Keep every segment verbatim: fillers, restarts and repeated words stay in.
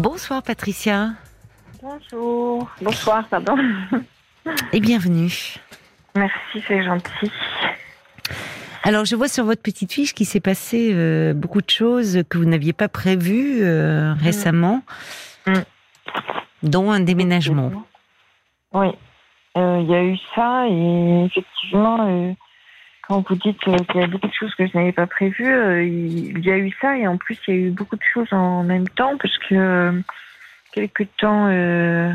Bonsoir Patricia. Bonjour. Bonsoir, pardon. Et bienvenue. Merci, c'est gentil. Alors, je vois sur votre petite fiche qu'il s'est passé euh, beaucoup de choses que vous n'aviez pas prévues euh, récemment, mmh. dont un déménagement. Oui, il euh, y a eu ça et effectivement, euh, quand vous dites euh, qu'il y a beaucoup de choses que je n'avais pas prévues, euh, il y a eu ça et en plus, il y a eu beaucoup de choses en même temps parce que euh, quelques temps euh,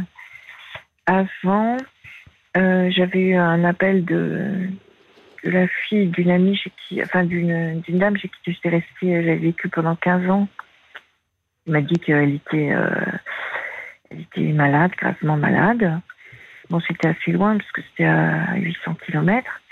avant, euh, j'avais eu un appel de... de la fille d'une amie chez qui, enfin d'une, d'une dame chez qui j'étais restée, j'avais vécu pendant quinze ans. Elle m'a dit qu'elle était, euh, elle était malade, gravement malade. Bon, c'était assez loin parce que c'était à huit cents kilomètres.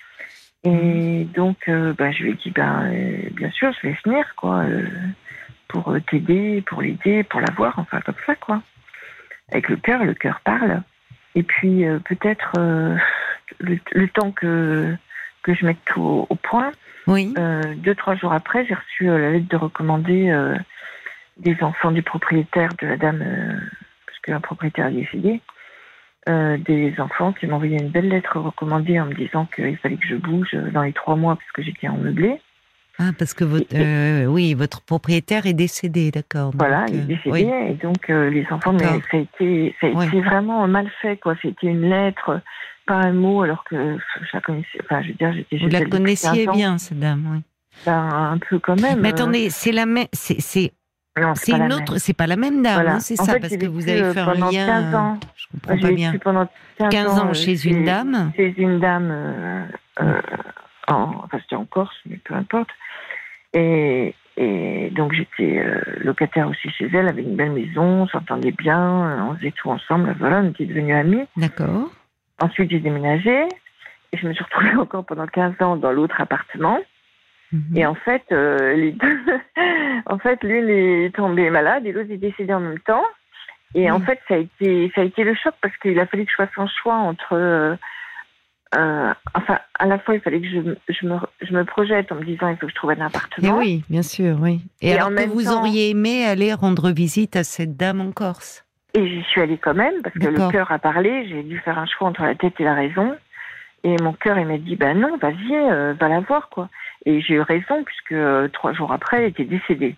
Et donc, euh, bah, je lui ai dit, ben, euh, bien sûr, je vais venir, quoi, euh, pour t'aider, pour l'aider, pour la voir, enfin, comme ça, quoi. Avec le cœur, le cœur parle. Et puis, euh, peut-être, euh, le, le temps que que je mette tout au, au point. Oui. Euh, deux, trois jours après, j'ai reçu euh, la lettre de recommandé euh, des enfants du propriétaire de la dame, euh, parce qu'un propriétaire est décédé, euh, des enfants qui m'ont envoyé une belle lettre recommandée en me disant qu'il fallait que je bouge dans les trois mois parce que j'étais en meublé. Ah, parce que votre, et, euh, oui, votre propriétaire est décédé, d'accord. Voilà, donc, il est euh, décédé, oui. et donc euh, les enfants, mais ça a été, ça a été oui. vraiment mal fait, quoi. C'était une lettre, pas un mot, alors que je la connaissais. Enfin, je veux dire, j'étais. Vous la connaissiez bien, cette dame, oui. Ben, un peu quand même. Mais attendez, c'est la même, c'est, c'est, non, c'est, c'est une autre, même. c'est pas la même dame, voilà. hein, c'est en ça, fait, parce que vous avez fait un pendant lien. quinze ans. Je comprends j'ai pas vécu bien. pendant quinze, quinze ans ans chez, chez une dame. Chez une dame, euh, euh, en, enfin c'était en Corse, mais peu importe. Et, et donc j'étais euh, locataire aussi chez elle, avec une belle maison, on s'entendait bien, on faisait tout ensemble, voilà, on était devenus amis. D'accord. Ensuite j'ai déménagé, et je me suis retrouvée encore pendant quinze ans dans l'autre appartement. Mmh. Et en fait, euh, les deux, en fait, l'une est tombée malade et l'autre est décédée en même temps. Et mmh. en fait, ça a été, ça a été le choc parce qu'il a fallu que je fasse un choix entre, euh, euh, enfin, à la fois il fallait que je, je me, je me projette en me disant il faut que je trouve un appartement. Et oui, bien sûr, oui. Et, et alors que vous temps, auriez aimé aller rendre visite à cette dame en Corse. Et j'y suis allée quand même parce D'accord. que le cœur a parlé. J'ai dû faire un choix entre la tête et la raison. Et mon cœur, il m'a dit, ben non, vas-y, euh, va la voir, quoi. Et j'ai eu raison, puisque euh, trois jours après, elle était décédée.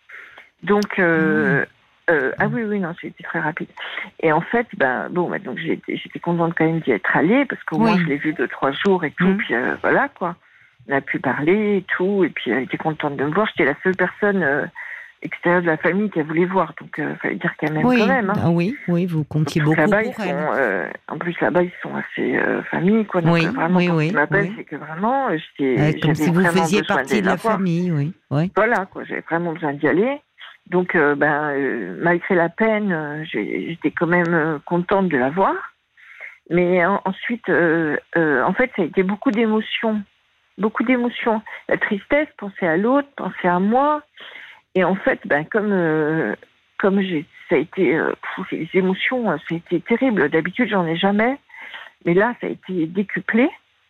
Donc, euh, mmh. euh, ah oui, oui, non, c'était très rapide. Et en fait, ben, bon, ben, donc j'étais, j'étais contente quand même d'y être allée, parce qu'au oui. moins, je l'ai vue deux, trois jours et tout, mmh. puis euh, voilà, quoi. On a pu parler et tout, et puis elle était contente de me voir. J'étais la seule personne euh, extérieure de la famille qu'elle voulait voir, donc il euh, fallait dire qu'elle m'aime oui. quand même. Hein. Ah oui, oui, vous comptiez beaucoup là-bas, pour ils elle. Sont, euh, en plus, là-bas, ils sont assez euh, famille, quoi. Donc, oui, euh, vraiment, oui, quand oui, ils m'appellent, oui. c'est que vraiment, j'étais, euh, comme j'avais si vous vraiment faisiez besoin partie de la voir. famille, oui. oui. Voilà, quoi. J'avais vraiment besoin d'y aller. Donc, euh, ben, euh, malgré la peine, euh, j'étais quand même euh, contente de la voir. Mais en, ensuite, euh, euh, en fait, ça a été beaucoup d'émotions. Beaucoup d'émotions. La tristesse, penser à l'autre, penser à moi. Et en fait, ben, comme, euh, comme j'ai, ça a été, euh, pff, les émotions, ça a été terrible. D'habitude, j'en ai jamais. Mais là, ça a été décuplé.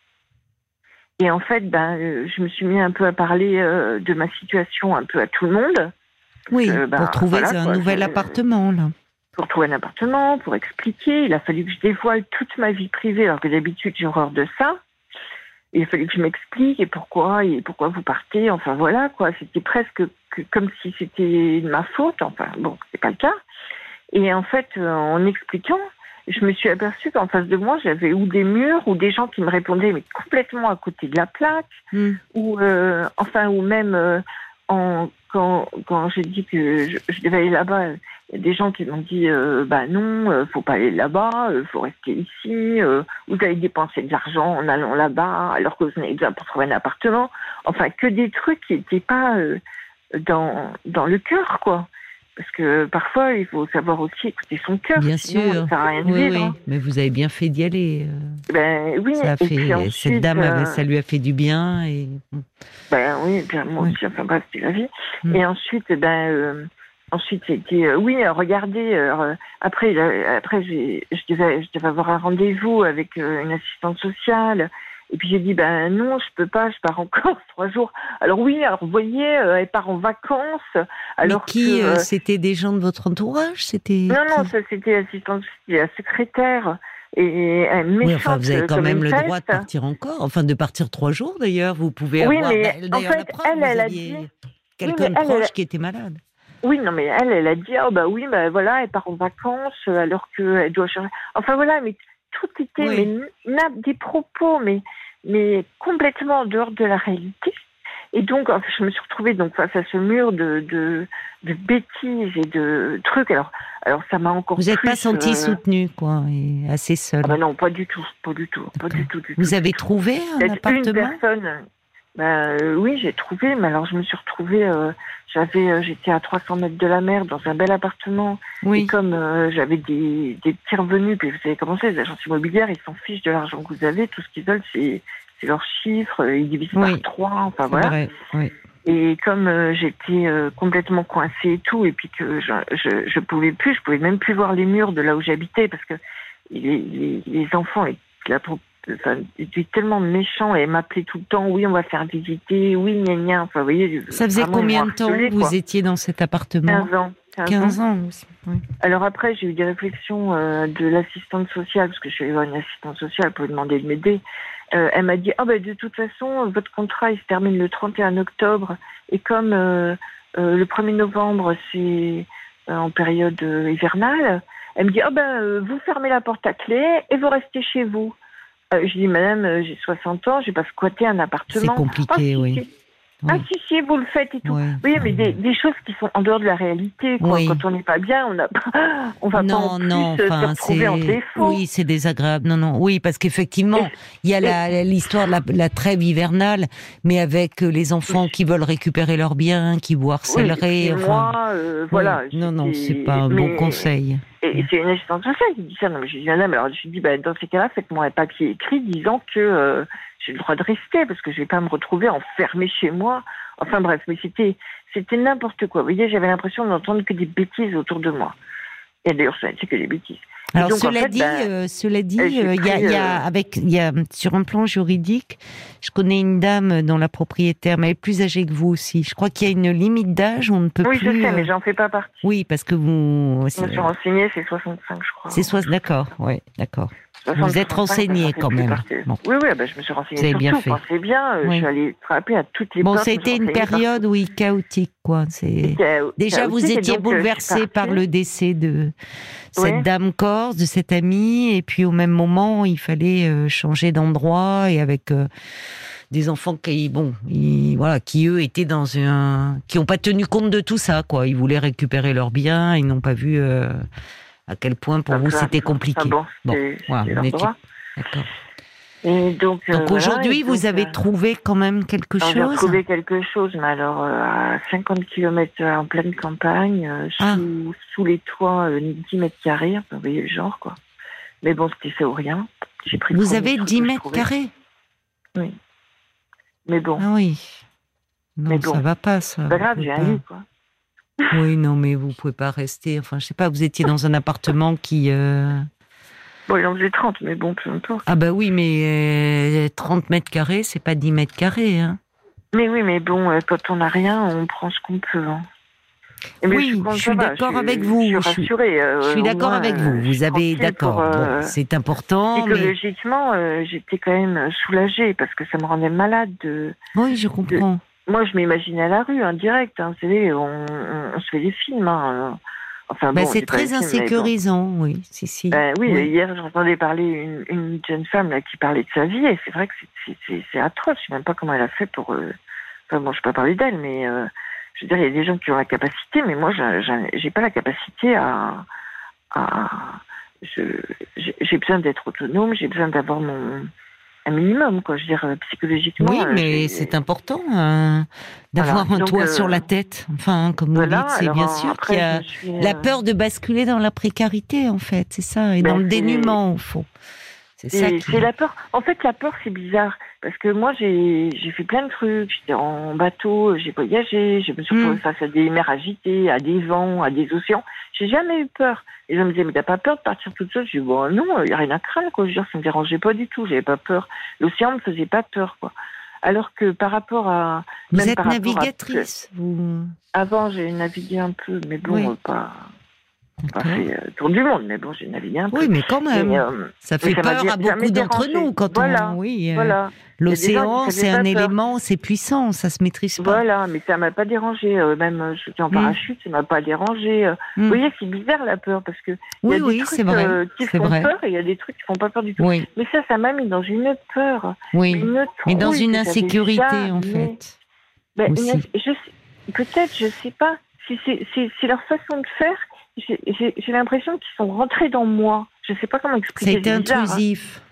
Et en fait, ben, euh, je me suis mis un peu à parler euh, de ma situation un peu à tout le monde. Oui, que, ben, pour trouver voilà, un quoi, nouvel je, appartement, là. Pour trouver un appartement, pour expliquer. Il a fallu que je dévoile toute ma vie privée, alors que d'habitude, j'ai horreur de ça. Et il a fallu que je m'explique et pourquoi, et pourquoi vous partez. Enfin, voilà, quoi. C'était presque que, comme si c'était de ma faute. Enfin, bon, c'est pas le cas. Et en fait, euh, en expliquant, je me suis aperçue qu'en face de moi, j'avais ou des murs, ou des gens qui me répondaient, mais complètement à côté de la plaque, mm. ou, euh, enfin, ou même, euh, en, quand, quand j'ai dit que je, je devais aller là-bas, il y a des gens qui m'ont dit, euh, bah non, euh, faut pas aller là-bas, euh, faut rester ici, euh, vous allez dépenser de l'argent en allant là-bas, alors que vous en avez besoin pour trouver un appartement. Enfin, que des trucs qui n'étaient pas euh, dans, dans le cœur, quoi. Parce que parfois, il faut savoir aussi écouter son cœur. Bien sinon, sûr. Ça sert à rien de oui, vivre. oui. Hein. Mais vous avez bien fait d'y aller. Ben oui. Ça a fait, et puis ensuite, cette dame, euh, ça lui a fait du bien. Et... Ben oui, bien moi oui. aussi. Enfin bref, c'est la vie. Mm. Et ensuite, ben euh, ensuite c'était euh, oui, regardez. Euh, après, euh, après, j'ai, je devais, je devais avoir un rendez-vous avec euh, une assistante sociale. Et puis j'ai dit, ben non, je peux pas, je pars encore trois jours. Alors oui, alors vous voyez, euh, elle part en vacances. Alors Mais qui que, euh, euh, c'était des gens de votre entourage? C'était non, qui? non, ça c'était l'assistante, la secrétaire. Et elle méchante. Oui, enfin, vous avez quand comme même une le peste. droit de partir encore. Enfin, de partir trois jours, d'ailleurs. Vous pouvez Oui, avoir... mais Bah, en d'ailleurs, fait, la preuve, elle, vous elle a aviez dit... quelqu'un oui, de elle, proche elle... qui était malade. Oui, non, mais elle, elle a dit, oh bah oui, bah voilà, elle part en vacances alors qu'elle doit changer. Enfin voilà, mais tout était, Oui. mais n'a- des propos, mais, mais complètement en dehors de la réalité. Et donc, enfin, je me suis retrouvée donc face à ce mur de, de, de bêtises et de trucs. Alors, alors ça m'a encore Vous n'êtes plus... pas sentie euh, soutenue, quoi, et assez seule. Ah bah non, pas du tout, pas du tout, pas D'accord. du tout, du Vous tout. avez du tout. trouvé un Peut-être une appartement? personne. Bah, euh, oui, j'ai trouvé, mais alors je me suis retrouvée, euh, j'avais, euh, j'étais à trois cents mètres de la mer dans un bel appartement. Et Oui. comme euh, j'avais des, des petits revenus, puis vous savez comment c'est, les agences immobilières, ils s'en fichent de l'argent que vous avez, tout ce qu'ils veulent, c'est, c'est leurs chiffres, ils divisent Oui. par trois, enfin C'est voilà. vrai, oui. Et comme euh, j'étais euh, complètement coincée et tout, et puis que je, je, je pouvais plus, je pouvais même plus voir les murs de là où j'habitais, parce que les, les, les enfants, et la pro- enfin, étaient tellement méchants et m'appelaient tout le temps, oui, on va faire visiter, oui, gna gna, enfin, vous voyez. Ça faisait vraiment, ils combien m'ont de temps harcelée, que vous quoi. étiez dans cet appartement? quinze ans. quinze ans aussi. Oui. Alors après, j'ai eu des réflexions euh, de l'assistante sociale, parce que je suis allée voir une assistante sociale pour lui demander de m'aider. Euh, elle m'a dit, ah ben de toute façon, votre contrat il se termine le trente et un octobre, et comme euh, euh, le premier novembre c'est euh, en période euh, hivernale, elle me dit, ah ben euh, vous fermez la porte à clé et vous restez chez vous. Euh, je dis, madame, euh, j'ai soixante ans, je vais pas squatter un appartement. C'est compliqué, Ah, si, oui. si. Oui. Ah si, si, vous le faites et tout. Oui, Oui, enfin, mais des, des choses qui sont en dehors de la réalité, quoi. Oui. Quand on n'est pas bien, on n'a pas, on va non, pas en plus non, euh, se enfin, retrouver en c'est, défaut. oui, c'est désagréable. Non, non, oui, parce qu'effectivement, il y a la, l'histoire de la, la trêve hivernale, mais avec euh, les enfants qui veulent récupérer leurs biens, qui vous harcèleraient, oui, enfin. moi, euh, voilà. Oui. Non, non, c'était- c'est pas un mais- bon conseil. Et c'est une assistante sociale qui dit ça. Non, mais je dis, madame, alors je dis, bah, dans ces cas-là, faites-moi un papier écrit disant que euh, j'ai le droit de rester parce que je vais pas me retrouver enfermée chez moi. Enfin bref, mais c'était, c'était n'importe quoi. Vous voyez, j'avais l'impression d'entendre que des bêtises autour de moi. Et d'ailleurs, ça n'était que des bêtises. Et Alors donc, en cela fait, dit, ben, euh, cela dit, euh, j'ai euh, il y a, pris, il y a euh, avec, il y a sur un plan juridique, je connais une dame dont la propriétaire, mais elle est plus âgée que vous aussi. Je crois qu'il y a une limite d'âge, on ne peut oui, plus. je sais, euh, mais j'en fais pas partie. Oui, parce que vous. Je me C'est, suis renseignée, c'est soixante-cinq, je crois. c'est soit d'accord, oui, d'accord. soixante, Vous êtes soixante-cinq, renseigné j'en fais quand plus même. partie. Bon. Oui, oui, ben, je me suis renseignée Vous avez sur bien tout. fait. Quand c'est bien, euh, Oui. je suis allée frapper à toutes les Bon, portes. ça a je me suis été une renseignée période, oui, chaotique, quoi. C'est C'était déjà vous chaotique, et étiez donc, euh, je suis bouleversé par partie. le décès de cette Oui. dame corse, de cette amie, et puis au même moment, il fallait euh, changer d'endroit et avec euh, des enfants qui, bon, ils, voilà, qui eux étaient dans un, qui n'ont pas tenu compte de tout ça, quoi. Ils voulaient récupérer leurs biens, ils n'ont pas vu euh, à quel point pour Ah, vous ça, c'était ça, compliqué. bon, Bon, c'était- voilà, c'était on leur était- droit. D'accord. Et donc, euh, Donc voilà, aujourd'hui, et vous donc, avez euh, trouvé quand même quelque alors, j'ai chose. retrouvé quelque chose, mais alors euh, à cinquante kilomètres en pleine campagne, euh, sous, Ah. sous les toits, euh, dix mètres carrés, enfin, vous voyez le genre, quoi. Mais bon, c'était fait ou rien. J'ai pris le Vous premier avez truc dix que je mètres trouvais. carrés. Oui. Mais bon, Ah oui. Non, Mais bon, ça va pas, ça. c'est pas Vous grave, pouvez j'ai un pas- lit, quoi. Oui, non, mais vous pouvez pas rester. Enfin, je sais pas. Vous étiez dans un appartement qui. euh, Bon, il en faisait trente, mais bon, peu importe. Ah bah oui, mais euh, trente mètres carrés, c'est pas dix mètres carrés, hein. Mais oui, mais bon, euh, quand on n'a rien, on prend ce qu'on peut. Hein. Et mais Oui, suis contente, je suis ça va, d'accord je- avec vous. Je Je suis suis- rassurée. euh, Je suis au d'accord moins, avec euh, vous. je Vous suis avez tranquille d'accord. pour, euh, Bon, c'est important, mais Psychologiquement, euh, j'étais quand même soulagée parce que ça me rendait malade. De... oui, je comprends. Moi, je m'imaginais à la rue, en direct. Hein, vous savez, on, on, on se fait des films. Hein. Enfin, Bah, bon, c'est j'ai pas les très films, mais bon. insécurisant, oui, si, si. Ben oui, Oui. hier j'entendais parler une, une jeune femme là qui parlait de sa vie et c'est vrai que c'est- c'est- c'est c'est atroce. Je sais même pas comment elle a fait pour. euh, Enfin bon, je peux pas parler d'elle, mais euh, je veux dire, il y a des gens qui ont la capacité, mais moi, j'ai- j'ai j'ai pas la capacité à. à je- j'ai j'ai besoin d'être autonome, j'ai besoin d'avoir mon un minimum, quoi. Je veux dire, euh, psychologiquement. Oui, euh, mais j'ai- c'est important hein, d'avoir Voilà, un donc, toit euh, sur la tête. Enfin, comme vous Voilà, dites, c'est alors, bien euh, sûr après, qu'il y je a me suis, la euh, peur de basculer dans la précarité, en fait. C'est ça, et Ben, dans le c'est- dénuement, au fond. C'est ça C'est qui... c'est la peur. En fait, la peur, c'est bizarre. Parce que moi, j'ai j'ai fait plein de trucs. J'étais en bateau, j'ai voyagé, je me suis retrouvée Mm. face à des mers agitées, à des vents, à des océans. J'ai jamais eu peur. Et je me disais, mais t'as pas peur de partir toute seule? Je dis, bon, non, il n'y a rien à craindre, quoi. Je veux dire, ça me dérangeait pas du tout. J'avais pas peur. L'océan me faisait pas peur, quoi. Alors que par rapport à... Vous même êtes par rapport à- navigatrice, vous... Avant, j'ai navigué un peu, mais bon, Oui. euh, pas... pas D'accord. fait euh, tour du monde, mais bon, j'ai navigué un peu. Oui, mais quand même, Mais, euh, ça mais fait ça m'a peur dé- à ça beaucoup m'est d'entre dérangé. nous quand Voilà, on... Oui, euh, voilà. l'océan, Il y a des gens qui c'est savaient un pas peur. élément, c'est puissant, ça se maîtrise pas. Voilà, mais ça m'a pas dérangé. Euh, même euh, je suis en Mm. parachute, ça m'a pas dérangé. Euh, Mm. Vous voyez, c'est bizarre la peur parce que il y Oui, a des oui, trucs c'est vrai, euh, qui c'est font vrai. peur et il y a des trucs qui font pas peur du tout. Oui, Mais ça, ça m'a mis dans une peur, oui. une Mais dans trouille une que j'avais insécurité, en jamais. fait. Ben, une aussi. ins- je sais- peut-être, je sais pas. Si c'est c'est- c'est leur façon de faire, j'ai j'ai- j'ai l'impression qu'ils sont rentrés dans moi. Je sais pas comment Ça a expliquer. été c'est bizarre, hein. intrusif.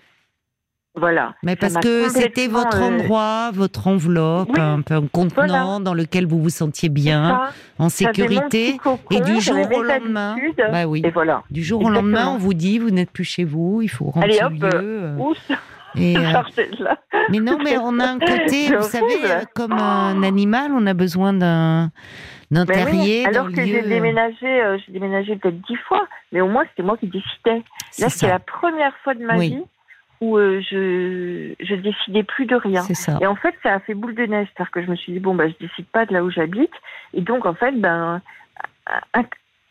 Voilà. Mais Ça parce m'a que c'était complètement, votre euh, endroit, votre enveloppe, oui, un peu un contenant voilà. dans lequel vous vous sentiez C'est bien, ça. en J'avais mon petit sécurité. cocon, Et du j'avais jour au mes lendemain, habitudes, bah oui, et voilà. du jour au lendemain, Exactement. on vous dit, vous n'êtes plus chez vous, il faut rendre Allez ce hop, lieu. euh, euh, oups, et, euh, sortez de là. mais non, mais on a un côté, C'est vous savez, horrible. euh, comme un animal, on a besoin d'un d'un Mais oui, terrier, d'un alors que j'ai lieu. déménagé, euh, j'ai déménagé peut-être dix fois, mais au moins c'était moi qui décidais. C'est Là, c'était ça, la première fois de ma Oui. vie où euh, je je décidais plus de rien. c'est ça. Et en fait, ça a fait boule de neige, c'est-à-dire que je me suis dit bon bah je décide pas de là où j'habite, et donc en fait ben à,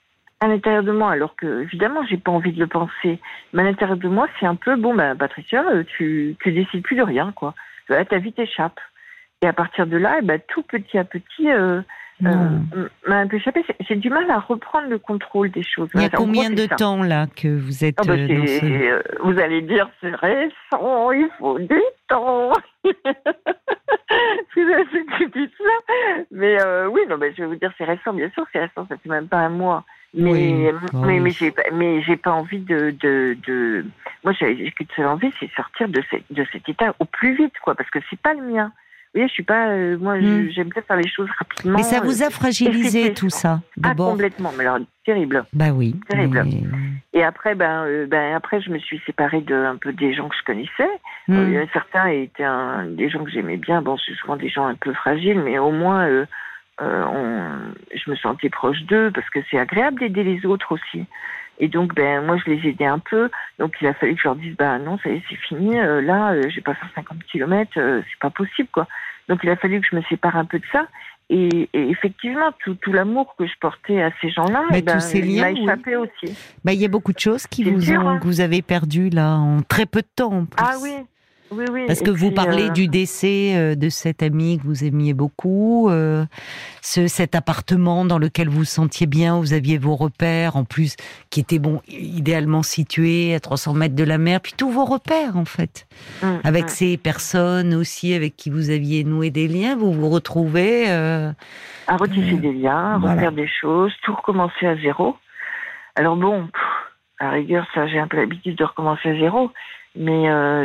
à l'intérieur de moi, alors que évidemment j'ai pas envie de le penser, mais à l'intérieur de moi c'est un peu bon ben Patricia, euh, tu tu décides plus de rien quoi. Là, ta vie t'échappe. Et à partir de là, eh ben, tout petit à petit, euh, Non. euh, m'a un peu échappé. J'ai- J'ai du mal à reprendre le contrôle des choses. Il y a Voilà, en gros, combien c'est de ça. temps là que vous êtes Ah bah, euh, dans c'est- ce... euh, Vous allez dire c'est récent, il faut du temps. Vous avez fait que tu dises ça. Mais euh, oui, non, mais je vais vous dire c'est récent, bien sûr, c'est récent, ça fait même pas un mois. Mais Oui, bah mais, oui. mais j'ai pas- mais j'ai pas envie de de, de... moi j'ai j'ai qu'une seule envie, c'est sortir de cet de cet état au plus vite quoi, parce que c'est pas le mien. Vous voyez, je suis pas euh, moi je- Hmm. j'aime bien faire les choses rapidement. Mais ça vous euh, a fragilisé efficace. tout ça, Ah d'abord. complètement, mais alors terrible. Bah oui. Terrible. mais- Et après, ben, euh, ben, après, je me suis séparée de un peu des gens que je connaissais. Hmm. Euh, certains étaient un, des gens que j'aimais bien. Bon, c'est souvent des gens un peu fragiles, mais au moins, euh, euh, on, je me sentais proche d'eux parce que c'est agréable d'aider les autres aussi. Et donc, ben, moi, je les aidais un peu. Donc, il a fallu que je leur dise, ben, non, ça y est, c'est fini. Euh, là, euh, je vais pas faire cinquante kilomètres. Euh, c'est pas possible, quoi. Donc, il a fallu que je me sépare un peu de ça. Et, et effectivement, tout, tout l'amour que je portais à ces gens-là, Mais eh ben, tous ces il liens, m'a oui. échappé aussi. Bah, il y a beaucoup de choses qui C'est vous dur, ont, hein. que vous avez perdues là en très peu de temps. En plus. Ah oui, oui, oui. Parce Et que vous puis, parlez euh, du décès euh, de cet ami que vous aimiez beaucoup, euh, ce, cet appartement dans lequel vous vous sentiez bien, où vous aviez vos repères, en plus, qui était bon, idéalement situé à trois cents mètres de la mer, puis tous vos repères en fait. hum, Avec hum. ces personnes aussi avec qui vous aviez noué des liens, vous vous retrouvez. Euh, À retisser euh, des liens, à voilà. refaire des choses, tout recommencer à zéro. Alors bon, pff, à la rigueur, ça, j'ai un peu l'habitude de recommencer à zéro. Mais euh,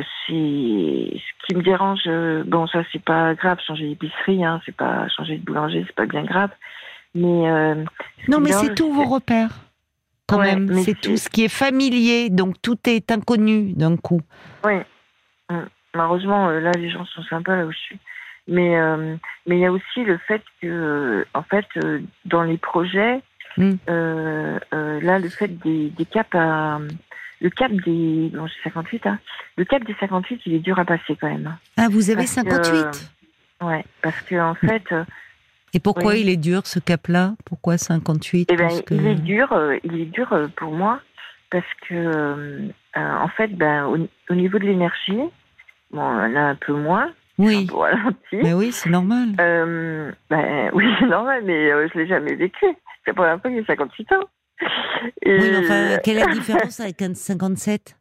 si ce qui me dérange, euh, bon, ça, c'est pas grave, changer d'épicerie, hein, c'est pas changer de boulanger, c'est pas bien grave. Mais euh, ce Non, qui me mais c'est dérange, tous vos repères. Quand Ouais, même, mais c'est c'est- tout ce qui est familier, donc tout est inconnu d'un coup. Oui. Hum. Malheureusement, euh, là, les gens sont sympas là où je suis. Mais euh, mais il y a aussi le fait que, euh, en fait, euh, dans les projets, Mm. euh, euh, là, le fait des, des caps à... Le cap des... Bon, j'ai cinquante-huit, hein. Le cap des cinquante-huit, il est dur à passer quand même. Ah, vous avez Parce que, cinquante-huit. Ouais, parce que en fait... euh, Et pourquoi oui. il est dur ce cap-là? Pourquoi cinquante-huit? Eh ben, Parce que... il est dur, euh, il est dur euh, pour moi parce que, euh, euh, en fait, ben, au, au niveau de l'énergie, bon, on a un peu moins, Oui, un peu ralenti. mais oui, c'est normal. Euh, ben, oui, c'est normal, mais euh, je l'ai jamais vécu. C'est la première fois que j'ai cinquante-huit ans. Et, Oui, mais enfin, quelle est la différence avec un cinquante-sept?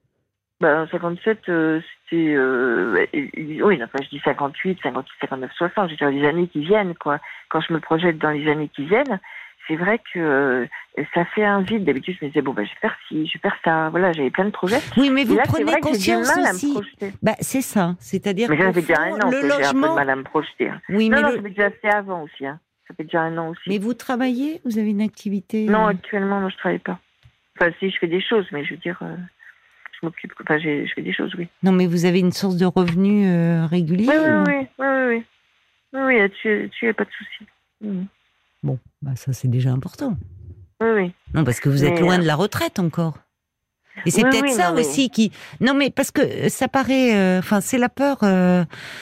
ben, cinquante-sept, euh, c'était... Euh, ouais, oui, enfin, je dis cinquante-huit, cinquante-huit, cinquante-neuf, soixante, je veux dire les années qui viennent, quoi. Quand je me projette dans les années qui viennent, c'est vrai que euh, ça fait un vide. D'habitude, je me disais, bon, ben, je vais faire ci, je vais faire ça. Voilà, j'avais plein de projets. Oui, mais Et vous là, c'est prenez vrai que j'ai du conscience mal à me aussi. projeter. Bah, c'est ça. C'est-à-dire Mais que ça fait déjà un an le que j'ai un peu de logement. mal à me projeter. hein. Oui, Non, mais non, le- ça fait déjà assez avant aussi. Hein. Ça fait déjà un an aussi. mais vous travaillez? Vous avez une activité? Non, euh, actuellement, non, je travaille pas. Enfin, si, je fais des choses, mais je veux dire, euh, je m'occupe, enfin, j'ai, je fais des choses, oui. Non, mais vous avez une source de revenus euh, régulier Oui, ou... oui, oui, oui, oui, oui. Oui, oui, là-dessus, il n'y a pas de souci. Mmh. Bon, bah ça c'est déjà important. Oui, oui. Non, parce que vous êtes Mais, loin euh... de la retraite encore. Et c'est oui, peut-être oui, ça non, mais... aussi qui... Non, mais parce que ça paraît... Enfin, euh, c'est la peur... Euh,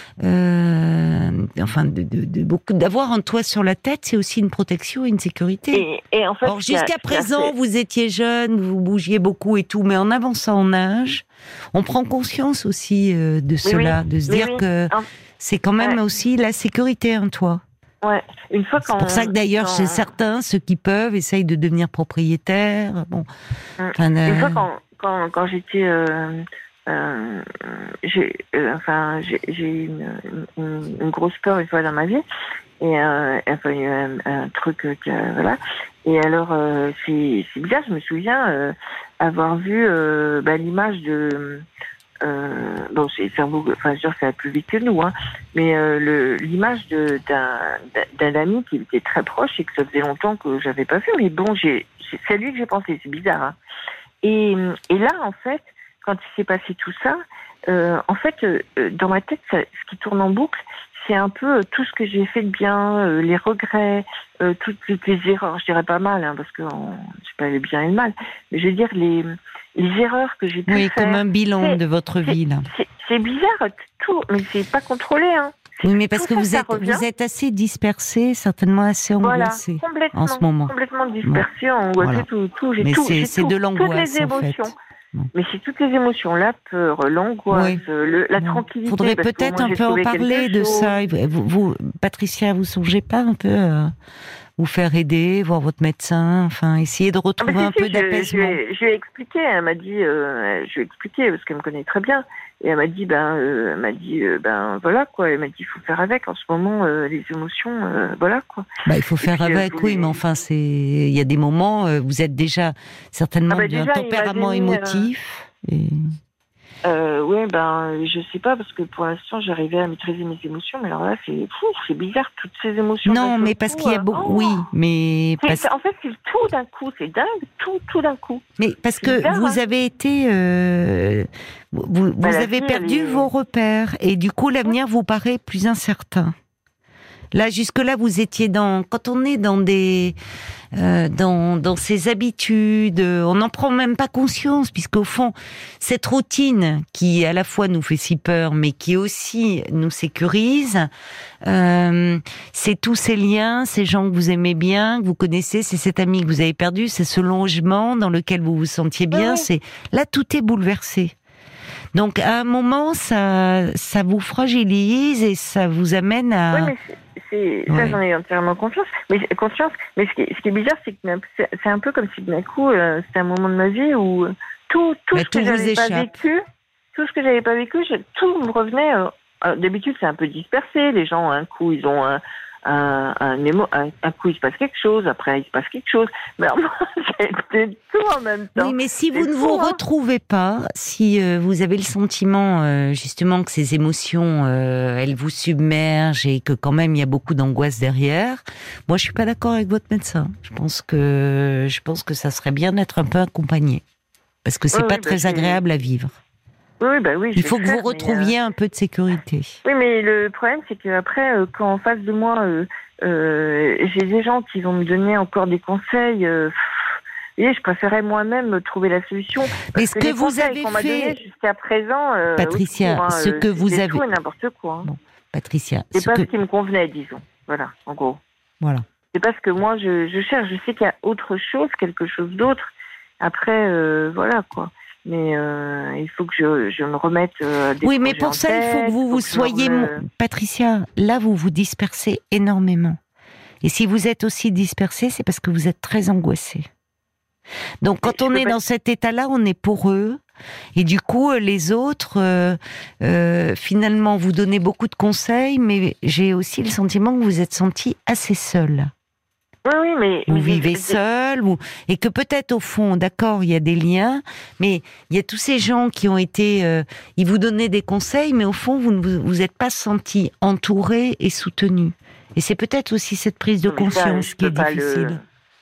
euh, enfin, de, de, de beaucoup d'avoir un toit sur la tête, c'est aussi une protection et une sécurité. Et, et en fait, Or, jusqu'à a, présent, fait... vous étiez jeune, vous bougiez beaucoup et tout, mais en avançant en âge, on prend conscience aussi euh, de cela, oui, de se oui, dire oui. que En... c'est quand même ouais. aussi la sécurité, un toit. Ouais. Une fois c'est pour ça que d'ailleurs, quand... chez certains, ceux qui peuvent essayent de devenir propriétaires. Bon, mmh. enfin, euh... Une fois quand, quand, quand j'étais... Euh... Euh, j'ai, euh, enfin, j'ai, j'ai eu une, une, une grosse peur une fois dans ma vie, et euh, enfin, il y a eu un, un truc, euh, voilà. Et alors, euh, c'est, c'est bizarre, je me souviens euh, avoir vu euh, bah, l'image de, euh, bon, c'est, c'est un beau, enfin, sûr, ça va plus vite que nous, hein, mais euh, le, l'image de, d'un, d'un ami qui était très proche et que ça faisait longtemps que j'avais pas vu, mais bon, j'ai, c'est à lui que j'ai pensé, c'est bizarre, hein. Et, et là, en fait, quand il s'est passé tout ça, euh, en fait, euh, dans ma tête, ça, ce qui tourne en boucle, c'est un peu euh, tout ce que j'ai fait de bien, euh, les regrets, euh, toutes, toutes les erreurs. Je dirais pas mal, hein, parce que on, je sais pas le bien et le mal, mais je veux dire les, les erreurs que j'ai pu oui, faire. Oui, comme un bilan c'est, de votre c'est, vie, là. C'est, c'est bizarre, tout, mais c'est pas contrôlé, hein. Oui, mais parce que ça, vous ça êtes, revient. vous êtes assez dispersé, certainement assez angoissé voilà, en ce moment. Complètement dispersé, bon. angoissé, voilà. tout, tout, j'ai mais tout, c'est, j'ai c'est tout, de l'angoisse, toutes les émotions. En fait. Bon. Mais c'est toutes les émotions, la peur, l'angoisse, oui. le, la bon. tranquillité. Faudrait peut-être un peu en parler de ça. Vous, vous, Patricia, vous songez pas un peu à vous faire aider, voir votre médecin, enfin, essayer de retrouver ah, si, un si, peu je, d'apaisement. Je, je lui ai expliqué, elle m'a dit, euh, je lui ai expliqué parce qu'elle me connaît très bien. Et elle m'a dit, ben, euh, elle m'a dit, euh, ben, voilà, quoi. Elle m'a dit, il faut faire avec. En ce moment, euh, les émotions, euh, voilà, quoi. Bah, il faut faire puis, avec, oui, les... mais enfin, c'est, il y a des moments, euh, vous êtes déjà certainement ah, ben, d'un tempérament mis, émotif. Euh... Et... Euh, ouais, ben, je sais pas, parce que pour l'instant, j'arrivais à maîtriser mes émotions, mais alors là, c'est fou, c'est bizarre, toutes ces émotions. Non, mais parce coup, qu'il y a beaucoup, oh, oui, mais. C'est, parce... c'est, en fait, c'est tout d'un coup, c'est dingue, tout, tout d'un coup. Mais parce c'est que bizarre, vous hein. avez été, euh, vous, vous bah, avez vie, perdu est... vos repères, et du coup, l'avenir vous paraît plus incertain. Là, jusque-là, vous étiez dans, quand on est dans des, euh, dans, dans ses habitudes, on n'en prend même pas conscience, puisqu'au fond, cette routine qui à la fois nous fait si peur, mais qui aussi nous sécurise, euh, c'est tous ces liens, ces gens que vous aimez bien, que vous connaissez, c'est cet ami que vous avez perdu, c'est ce logement dans lequel vous vous sentiez bien, oui. c'est, là, tout est bouleversé. Donc, à un moment, ça, ça vous fragilise et ça vous amène à... Oui, mais c'est... C'est, ça, ouais. J'en ai entièrement confiance. Mais, conscience. Mais ce qui est, ce qui est bizarre, c'est que c'est, c'est un peu comme si d'un coup, euh, c'était un moment de ma vie où tout, tout ce que j'avais pas vécu, tout ce que j'avais pas vécu, je, tout me revenait. Euh, euh, d'habitude, c'est un peu dispersé. Les gens, un coup, ils ont un, un, un, émo, un, un coup, il se passe quelque chose. Après, il se passe quelque chose. Mais alors, moi, c'était tout en même temps. Oui, mais si vous c'est ne fou, vous hein. retrouvez pas, si euh, vous avez le sentiment euh, justement que ces émotions, euh, elles vous submergent et que quand même il y a beaucoup d'angoisse derrière, moi je suis pas d'accord avec votre médecin. Je pense que je pense que ça serait bien d'être un peu accompagné parce que c'est oui, pas oui, très bah, agréable à vivre. Oui, bah oui. Il faut que faire, vous retrouviez mais, euh... un peu de sécurité. Oui, mais le problème c'est qu'après, euh, quand en face de moi, euh, euh, j'ai des gens qui vont me donner encore des conseils. Euh, Et je préférais moi-même trouver la solution. Mais ce que, que vous avez qu'on m'a fait donné jusqu'à présent, euh, Patricia, cours, hein, ce que vous avez tout et n'importe quoi. Hein. Bon, Patricia, c'est ce pas que... ce qui me convenait, disons. Voilà, en gros. Voilà. C'est pas ce que moi je, je cherche. Je sais qu'il y a autre chose, quelque chose d'autre. Après, euh, voilà quoi. Mais euh, il faut que je, je me remette euh, des oui, mais pour ça, tête, il faut que vous vous soyez... Me... Patricia, là, vous vous dispersez énormément. Et si vous êtes aussi dispersée, c'est parce que vous êtes très angoissée. Donc, quand on est pas... dans cet état-là, on est pour eux. Et du coup, les autres, euh, euh, finalement, vous donnez beaucoup de conseils, mais j'ai aussi le sentiment que vous êtes sentie assez seule. Oui, oui, mais... Vous mais vivez mais... seul, ou... et que peut-être, au fond, d'accord, il y a des liens, mais il y a tous ces gens qui ont été... Euh, ils vous donnaient des conseils, mais au fond, vous ne vous, vous êtes pas senti entouré et soutenu. Et c'est peut-être aussi cette prise de mais conscience ça, qui est difficile. Le...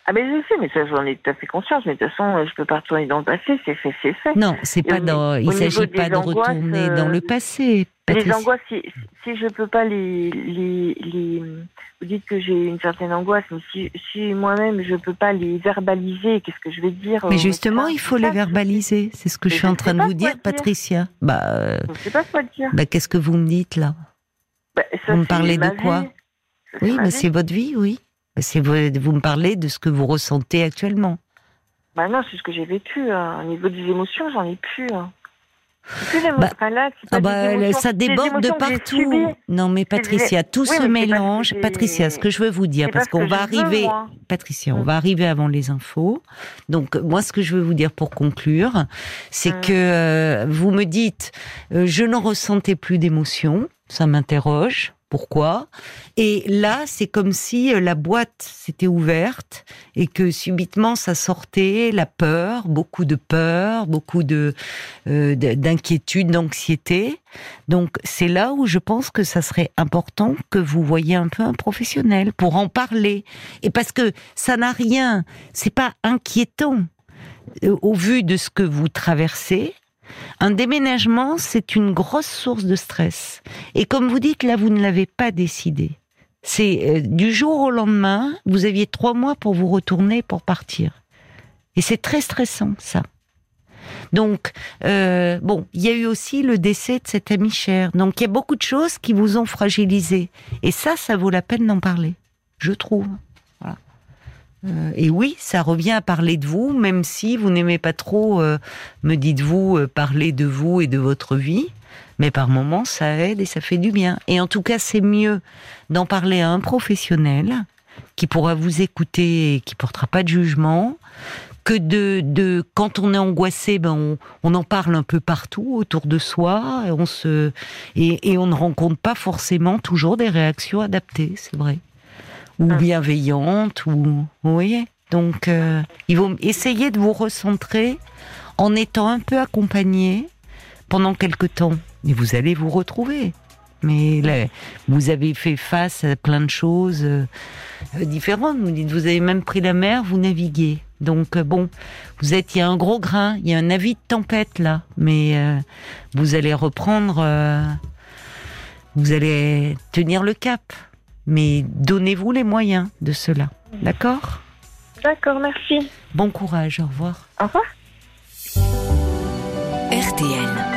Ah mais je sais, mais ça j'en ai tout à fait conscience, mais de toute façon je peux pas retourner dans le passé, c'est fait, c'est fait. Non, c'est pas dans, il s'agit pas de angoisses, retourner euh, dans le passé. Patricia. Les angoisses, si, si je peux pas les, les, les, vous dites que j'ai une certaine angoisse, mais si, si moi-même je peux pas les verbaliser, qu'est-ce que je vais dire? Mais justement, il faut les verbaliser. C'est ce que je suis en train de vous dire, Patricia. Bah, euh, je sais pas quoi dire. Bah, qu'est-ce que vous me dites là? Bah, ça, vous me parlez de quoi? Ça, Oui, mais vie. c'est votre vie, oui. C'est vous, vous me parlez de ce que vous ressentez actuellement. Bah non, c'est ce que j'ai vécu. Hein. Au niveau des émotions, j'en ai plus. Hein. Plus bah, enfin, là, pas ah bah, ça déborde de partout. Non, mais Patricia, des... tout oui, se mélange. Pas Patricia, ce que je veux vous dire, parce qu'on va arriver, veux, Patricia, on mmh. va arriver avant les infos. Donc, moi, ce que je veux vous dire pour conclure, c'est mmh. que euh, vous me dites, euh, je n'en ressentais plus d'émotion. Ça m'interroge. Pourquoi? Et là, c'est comme si la boîte s'était ouverte et que subitement ça sortait, la peur, beaucoup de peur, beaucoup de euh, d'inquiétude, d'anxiété. Donc c'est là où je pense que ça serait important que vous voyiez un peu un professionnel pour en parler. Et parce que ça n'a rien, c'est pas inquiétant euh, au vu de ce que vous traversez. Un déménagement, c'est une grosse source de stress. Et comme vous dites, là, vous ne l'avez pas décidé. C'est euh, du jour au lendemain, vous aviez trois mois pour vous retourner, pour partir. Et c'est très stressant, ça. Donc, euh, bon, il y a eu aussi le décès de cet ami cher. Donc, il y a beaucoup de choses qui vous ont fragilisé. Et ça, ça vaut la peine d'en parler, je trouve. Voilà. Euh, et oui, ça revient à parler de vous, même si vous n'aimez pas trop, euh, me dites-vous, euh, parler de vous et de votre vie. Mais par moments, ça aide et ça fait du bien. Et en tout cas, c'est mieux d'en parler à un professionnel qui pourra vous écouter et qui portera pas de jugement, que de, de quand on est angoissé, ben on, on en parle un peu partout autour de soi, et on se et, et on ne rencontre pas forcément toujours des réactions adaptées, c'est vrai. Ou bienveillante, ou vous voyez. Donc, euh, il faut essayer de vous recentrer en étant un peu accompagné pendant quelque temps. Et vous allez vous retrouver. Mais là, vous avez fait face à plein de choses euh, différentes. Vous dites, vous avez même pris la mer, vous naviguez. Donc, euh, bon, vous êtes, il y a un gros grain, il y a un avis de tempête là. Mais euh, vous allez reprendre, euh, vous allez tenir le cap. Mais donnez-vous les moyens de cela. D'accord ? D'accord, merci. Bon courage, au revoir. Au revoir. R T L